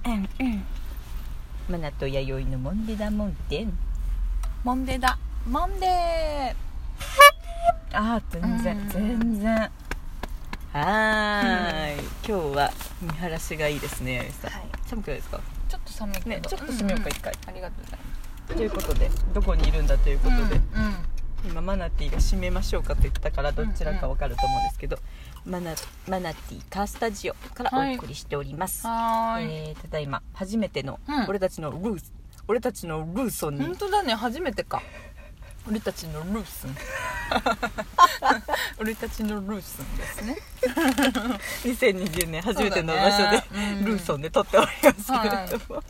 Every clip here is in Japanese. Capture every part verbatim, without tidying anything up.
うんうんマナと弥生のモンデダモンデモンデだモンデーあー全然、うん、全然はーい、うん、今日は見晴らしがいいですね、さん、はい、寒くないですか？ ちょっと寒いけど、 ね、ちょっと閉めようか、一回、 うんうん、ありがとうございますということで、どこにいるんだということで、うんうん、今マナティが閉めましょうかと言ったからどちらか分かると思うんですけど、うんうん、マナ、マナティカースタジオからお送りしております、はい、えー、ただいま初めての俺たちのルース、うん、俺たちのルーソンに、 本当だね、初めてか、俺たちのルースン俺たちのルースンですねにせんにじゅうねん初めての場所で、ね、うん、ルーソンで撮っておりますけれども、はい、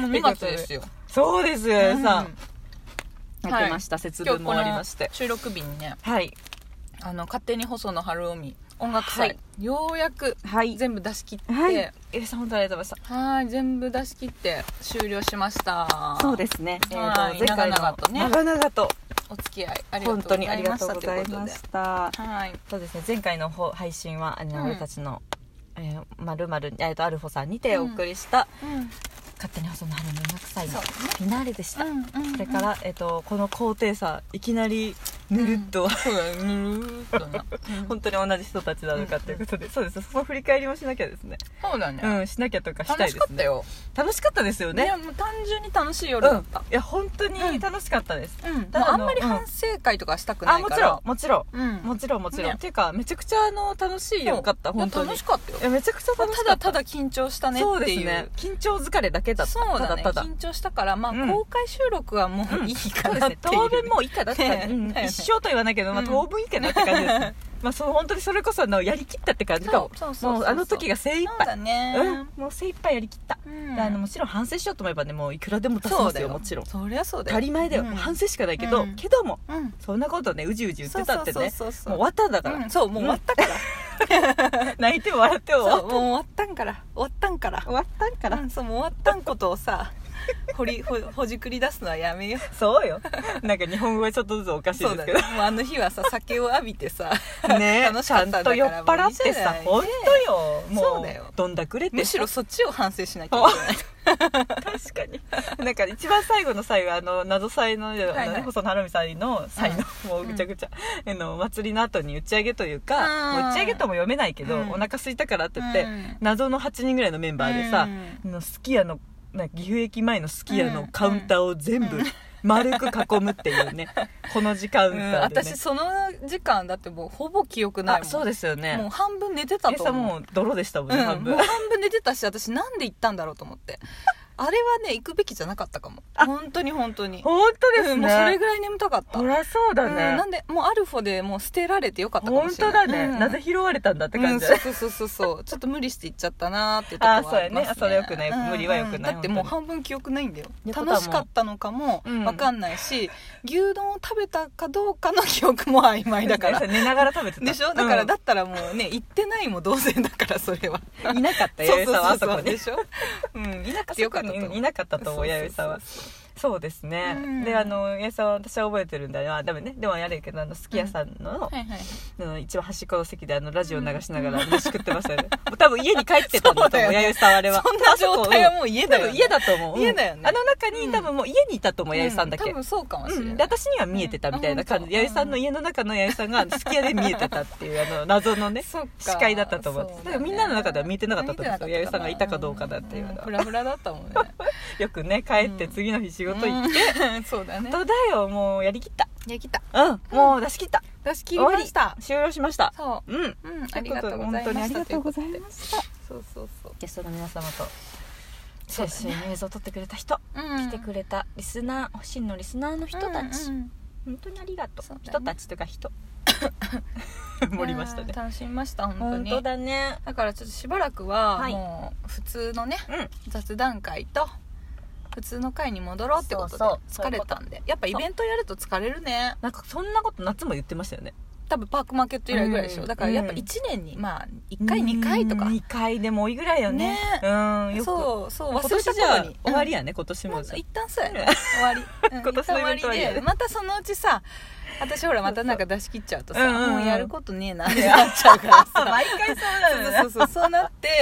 もうにがつですよ。 そうですよ、うん、さあ明けました、 はい、 節分もありまして、 収録日にね、 はい、 あの勝手に細野晴臣音楽祭、はい、ようやく全部出し切って、 はい、えー、さん本当にありがとうございました。 はい、全部出し切って終了しました。 そうですね、えー、 はい、前回の長々とね、 長々とお付き合いありがとうございました。本当にありがとうございました。 はい、そうですね、前回の配信はあの、うん、俺たちの、えー、まるまるえっとアルフォさんにてお送りした、うんうん、勝手に細野晴臣音楽祭のフィナーレでした。そ、ね、うんうんうん、それから、えー、とこの高低差いきなりぬるっと、うん、そうだね、ぬるっとな本当に同じ人たちなのかということで、うんうん、そうです、その振り返りもしなきゃですね。そうだね、うん、しなきゃとかしたいですね。楽しかったよ。楽しかったですよね。いや、もう単純に楽しい夜だった、うん、いや本当に楽しかったです、うん、ただあんまり反省会とかしたくないから、うん、あもちろんもちろん、うん、もちろんもちろん、ね、っていうかめちゃくちゃあの楽しいよかった。本当に楽しかったよ。いやめちゃくちゃ楽しかった。ただただ緊張したねっていう。そうですね、緊張疲れだけだった。そうだね、ただただ緊張したから、まあ、うん、公開収録はもういいかなっていう、うん、当分もういいかなって、ね、うん、一生とは言わないけど、まあ、当分いいかなって感じですねまあそう本当にそれこそのやりきったって感じかも。そうそうそうそう、もうあの時が精一杯。そうだね、うん、もう精一杯やりきった、うん、あのもちろん反省しようと思えばね、もういくらでも出せますよ。もちろんそりゃそうだよ、当たり前だよ、うん、反省しかないけど、うん、けども、うん、そんなことねうじうじ言ってたってね、もう終わったんだから、うん、そうもう終わったから泣いても笑っても終わった、もう終わったんから終わったんから終わったんから、うん、そうもう終わったんことをさほり ほ, ほじくり出すのはやめよう。そうよ、なんか日本語はちょっとずつおかしいですけど、ね、もうあの日はさ酒を浴びてさね、楽しかったんだから、ちゃんと酔っ払ってさ、本当よ、もうそうだよ、どんだくれって、むしろそっちを反省しなきゃいけない確かになんか一番最後の最後、あの謎祭の、はいはい、細野晴臣さんの祭の、うん、もうぐちゃぐちゃ、うん、の祭りの後に打ち上げというか、もう打ち上げとも読めないけど、うん、お腹空いたからって言って、うん、謎のはちにんぐらいのメンバーでさ、うん、のすき家のなんか岐阜駅前のすき家のカウンターを全部丸く囲むっていうね、この時カウンターで、ね、うん、私その時間だってもうほぼ記憶ないもん。あ、そうですよね、もう半分寝てたと思う。もう泥でしたもんね、うん、半分もう半分寝てたし、私なんで行ったんだろうと思ってあれはね行くべきじゃなかったかも。本当に本当に本当ですね、うん、もうそれぐらい眠たかった。そりゃそうだね、うん、なんでもうアルフォでもう捨てられてよかったかもしれない。本当だね、うん、なぜ拾われたんだって感じ、うん、そうそうそうそうちょっと無理して行っちゃったなーっていうところはありますね。あ、そうやね、それよくない、うん、無理はよくない。だってもう半分記憶ないんだよ。楽しかったのかも分かんないし、うん、牛丼を食べたかどうかの記憶も曖昧だから寝ながら食べてたでしょ。だから、うん、だったらもうね行ってないも同然だから、それはいなかったよ、そうそうそうそうでしょ、うん、いなかったよかったといなかったと弥生さんは。そうですね、うん、であの弥生さんは私は覚えてるんだよ。あ、ダメね、でもやるけど、あのすき家さん の,、うんはいはい、の一番端っこの席であのラジオ流しながら飯食ってましたよね、うん、多分家に帰ってたんだと思う、弥生さんは。あれはそんな状態はもう家だよ、ね、多分家だと思う、家だよね、あの中に多分もう家にいたと思う、弥生さんだけ、うん、多分そうかもしれない、うん、で私には見えてたみたいな感じで、弥生さんの家の中の弥生さんがすき家で見えてたっていうあの謎のね視界だったと思う。だからみんなの中では見えてなかったと思うんですよ、弥生さんがいたかどうかだっていうのは、フラフラだったもんねよくね帰って次の日仕事行って、うんそうだね。本当だよ、もうやりきった。やりきった。うん、もう出し切った。出し切りました。終了しました。そう。うん。うん、ありがとうございました。本当にありがとうございました。そうそうそう。ゲストの皆様と青春の映像を撮ってくれた人、うん、来てくれたリスナー、真のリスナーの人たち、うんうん、本当にありがとう。うね、人たちとか人。盛りましたね。楽しみました本当に。本当だね。だからちょっとしばらくはもう普通のね、はい、雑談会と。普通の回に戻ろうってことで疲れたんで、やっぱイベントやると疲れるね。なんかそんなこと夏も言ってましたよね。多分パークマーケット以来ぐらいでしょ、うん、だからやっぱいちねんにまあいっかいにかいとかにかいでも多いぐらいよね。ね、うん、よくそうそう忘れた頃に終わりやね、今年も、うん、一旦そうやね終わり、うん、今年のイベント終わりでまたそのうちさ私ほらまたなんか出し切っちゃうとさ、そうそう、もうやることねえなってなっちゃうからさ毎回そうなのねそうそうそうそうなって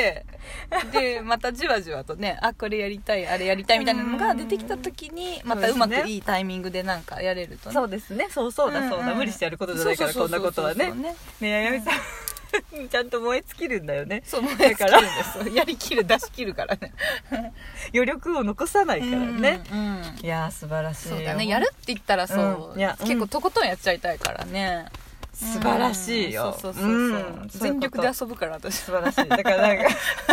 でまたじわじわとね、あこれやりたいあれやりたいみたいなのが出てきた時にまたうまくいいタイミングでなんかやれるとね。 そうですね、そうそうだそうだ、うんうん、無理してやることじゃないからこんなことはね。ねえあやみさん、うん、ちゃんと燃え尽きるんだよね。 そう燃え尽きるんですやりきる出し切るからね余力を残さないからね、 うんうん、 いや素晴らしい。 そうだね、やるって言ったらそう、うん、いや結構とことんやっちゃいたいからね、 素晴らしいよ、 うん、そうそうそうそう、うん、全力で遊ぶから私。 素晴らしい。だからなんか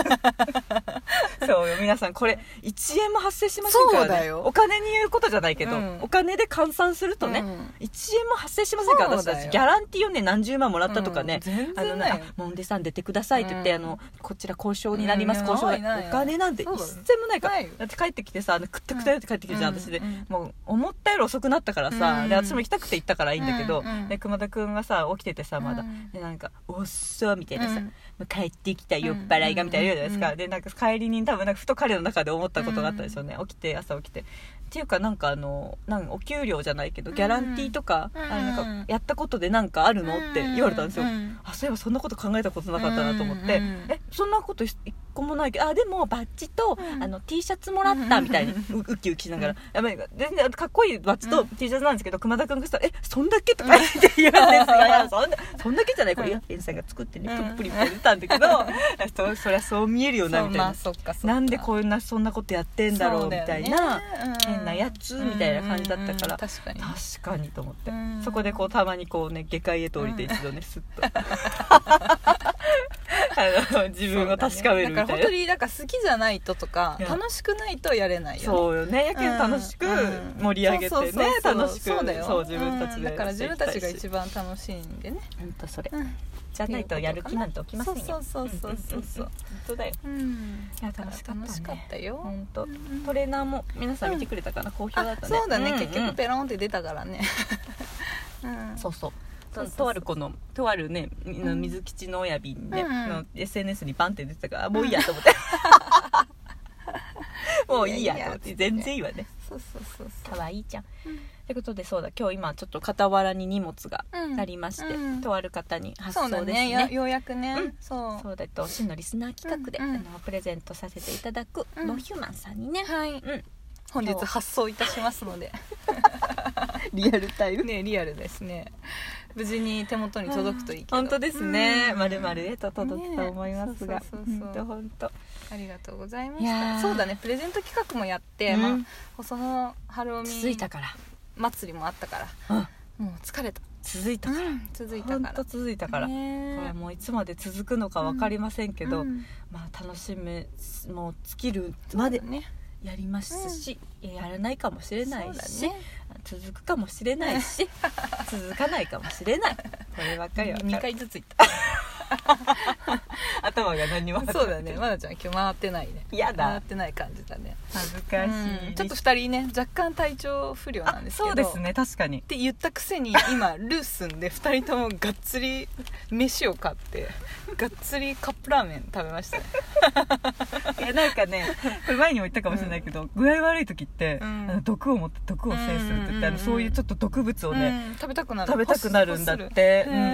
そうよ皆さん、これいちえんも発生しませんからね。 そうだよ、 お金に言うことじゃないけど、うん、お金で換算するとね、うん、いちえんも発生しませんから。私たちギャランティーをね何十万もらったとかね、 うん、全然ない。モンデさん出てくださいって言って、うん、あのこちら交渉になります、うん、交渉がお金なんて一銭もないから。だって帰ってきてさ、あのくったくたよって帰ってきてじゃん、うん、私で、うん、もう思ったより遅くなったからさ、うん、で私も行きたくて行ったからいいんだけど、うん、で熊田くんがさ起きててさまだ、うん、でなんかおっそみたいなさ、うん、帰ってきた酔っ払いがみたいな言うじゃないですか、うん、でなんか帰りに多分なんかふと彼の中で思ったことがあったでしょうね、起きて朝起きてっていうかなんかあのなんお給料じゃないけどギャランティーとか、うん、あれなんかやったことでなんかあるのって言われたんですよ、うん、あそういえばそんなこと考えたことなかったなと思って、うん、えそんなこと一個もないけど、あでもバッジと、うん、あの T シャツもらったみたいにウウキウキしながら、やばい全然かっこいいバッジと T シャツなんですけど、熊田君がしたらえそんだけとか言って言うんですがそんなそんだけじゃないこれヤッケンさんが作ってねプリプリプリ出たんだけどそ, そりゃそう見えるよなみたいな、まあ、そっかそっかなんでこんなそんなことやってんだろうみたいな、ねうん、変なやつみたいな感じだったから、 確かに確かにと思って、そこでこうたまにこうね下界へと降りて一度ねスッとあの自分を確かめるみたいな、 だから本当になんか好きじゃないととか楽しくないとやれないよね。 そうよね、やけど楽しく盛り上げてね、楽しくそうだよ、 そう自分たちで、 うん、だから自分たちが一番楽しいんでね、 本当それ、うん、じゃないとやる気なんて起きませんよ。 そうそうそうそうそう本当だよ、 うん、いや楽しかったね、楽しかったよ本当、うん、トレーナーも皆さん見てくれたかな、うん、好評だったね。 そうだね、 うん、 結局ペロンって出たからね、 うん、そうそうと, とあるこのとあるね水吉の親瓶で、うん、の エスエヌエス にバンって出てたから、うん、もういいやと思ってもういいやと思って全然いいわね。 そうそうそうそうかわいいじゃん、うん、ってことでそうだ今日今ちょっと傍らに荷物がありまして、うん、とある方に発送ですね。 そうだね、ようやくね、 うん、そうそうだと真のリスナー企画で、うんうん、あのプレゼントさせていただく、うん、ノーヒューマンさんにね、 はい、うん、本日発送いたしますのでリアルタイムね、リアルですね。無事に手元に届くといいけど。 本当ですね。まるまるへと届くと思いますが、本当本当ありがとうございました。そうだね、プレゼント企画もやって、うん、まあそのハロウィン続いたから祭りもあったから、うん、もう疲れた。 続いたから、うん、 続いたから。 本当続いたから。これもういつまで続くのか分かりませんけど、うん、まあ楽しめもう尽きるまでね。やりますし、うん、やらないかもしれないし、ね、続くかもしれないし続かないかもしれない、こればっかりはにかいずついった頭が何もそうだね、まなちゃん今日回ってないね。 やだ、 回ってない感じだね。 恥ずかしい、 うん、ちょっとふたりね若干体調不良なんですけど。 そうですね、確かにって言ったくせに今ルースンでふたりともがっつり飯を買ってがっつりカップラーメン食べましたねいやなんかねこれ前にも言ったかもしれないけど、うん、具合悪い時って、うん、あの毒を持って毒を制するって言って、うんうんうん、そういうちょっと毒物をね、 うん、食べたくなる食べたくなるんだって、うんうん、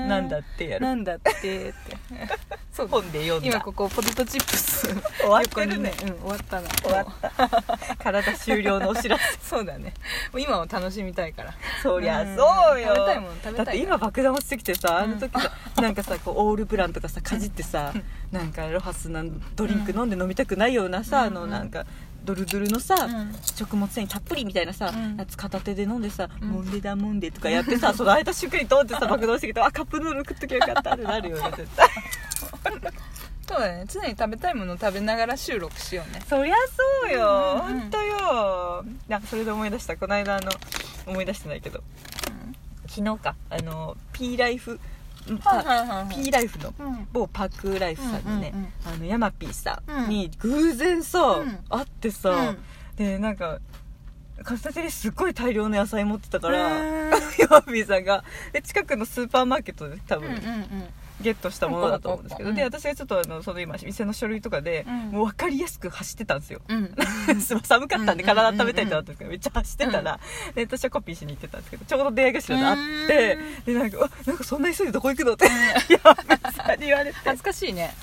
なんだってやるなんだってってそう本で読んだ。 今ここポテトチップス終わってるね、 うん、終わったな終わった体終了のお知らせそうだね、もう今を楽しみたいから。 そりゃそうよ、 食べたいもん食べたい。 だって今爆弾落ちてきてさ、あの時さ、うん、なんかさこうオールプランとかさかじってさ、うん、なんかロハスのドリンク飲んで飲みたくないようなさ、うん、あのなんかドルドルのさ、うん、食物繊維たっぷりみたいなさ、うん、やつ片手で飲んでさ、うん、モンデだモンデとかやってさ、その間瞬間にドンってさ爆弾してきて、あカップヌードル食っときゃよかったってなるよね絶対そうだね、常に食べたいものを食べながら収録しようね。 そりゃそうよ、うんうんうん、ほんとよ。なんかそれで思い出した、この間あの思い出してないけど、うん、昨日かあの P ライフはいはいはいはい、 P ライフの某パークライフさんのね、うんうんうん、あのヤマピーさんに偶然さ、うん、会ってさ、うん、でなんか片手にすっごい大量の野菜持ってたからヤマピーさんがで近くのスーパーマーケットで多分、うんうんうん、ゲットしたものだと思うんですけど、うん、で私がちょっとあのその今店の書類とかで、うん、もう分かりやすく走ってたんですよ、うん、寒かったんで体温めたいってなったんですけど、めっちゃ走ってたら、うん、で私はコピーしに行ってたんですけど、ちょうど出会い頭で会って、でなんかなんかそんな急いでどこ行くのって、うん、いやさんに言われて恥ずかしいね。 恥ず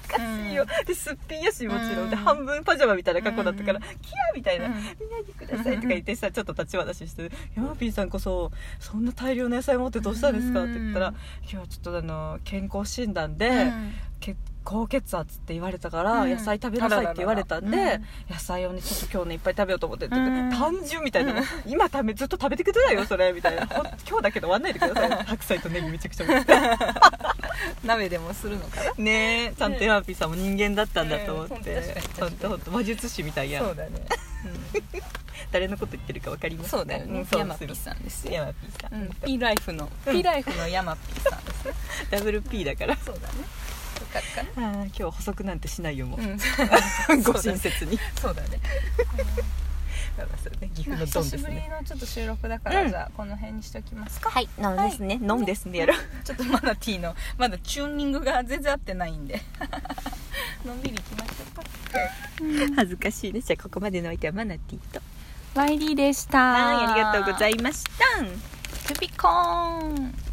かしいよ、うん、ですっぴんやしもちろん、うん、で半分パジャマみたいな格好だったから、うん、キャーみたいな、うん、みんなにくださいとか言ってさ、ちょっと立ち話して、ヤマピーさんこそそんな大量の野菜持ってどうしたんですかって言ったら、今日ちょっとあの健康診断で、うん、結高血圧って言われたから、うん、野菜食べなさいって言われたんで、らららら、うん、野菜をねちょっと今日ねいっぱい食べようと思ってって言って、うん、単純みたいな、うん、今食べずっと食べてくれないよそれみたいな今日だけど終わんないでください白菜とネギめちゃくちゃ持って鍋でもするのかなねえ、ちゃんとヤマピーさんも人間だったんだと思って、ほんとほんと魔術師みたいや。 そうだね、うん、 誰のこと言ってるか分かりますか？ そうだよね、ヤマピーさんですよ。 ヤマピーさん、うん、 P ライフの、うん、P ライフのヤマピーさんですねダブル P だから。 そうだね、よかった、 あ今日補足なんてしないよもう、うん、ご親切に。 そうだねそうね、岐阜のドンですね。 久しぶりのちょっと収録だから、うん、じゃあこの辺にしておきますか。 はい、ノンですね、はい、ノンですねやろちょっとマナティーのまだチューニングが全然合ってないんでのんびりいきましょうかうん、恥ずかしいね。じゃあここまでの相手はマナティーとワイリーでした。 はい、ありがとうございました。 トゥビコーン。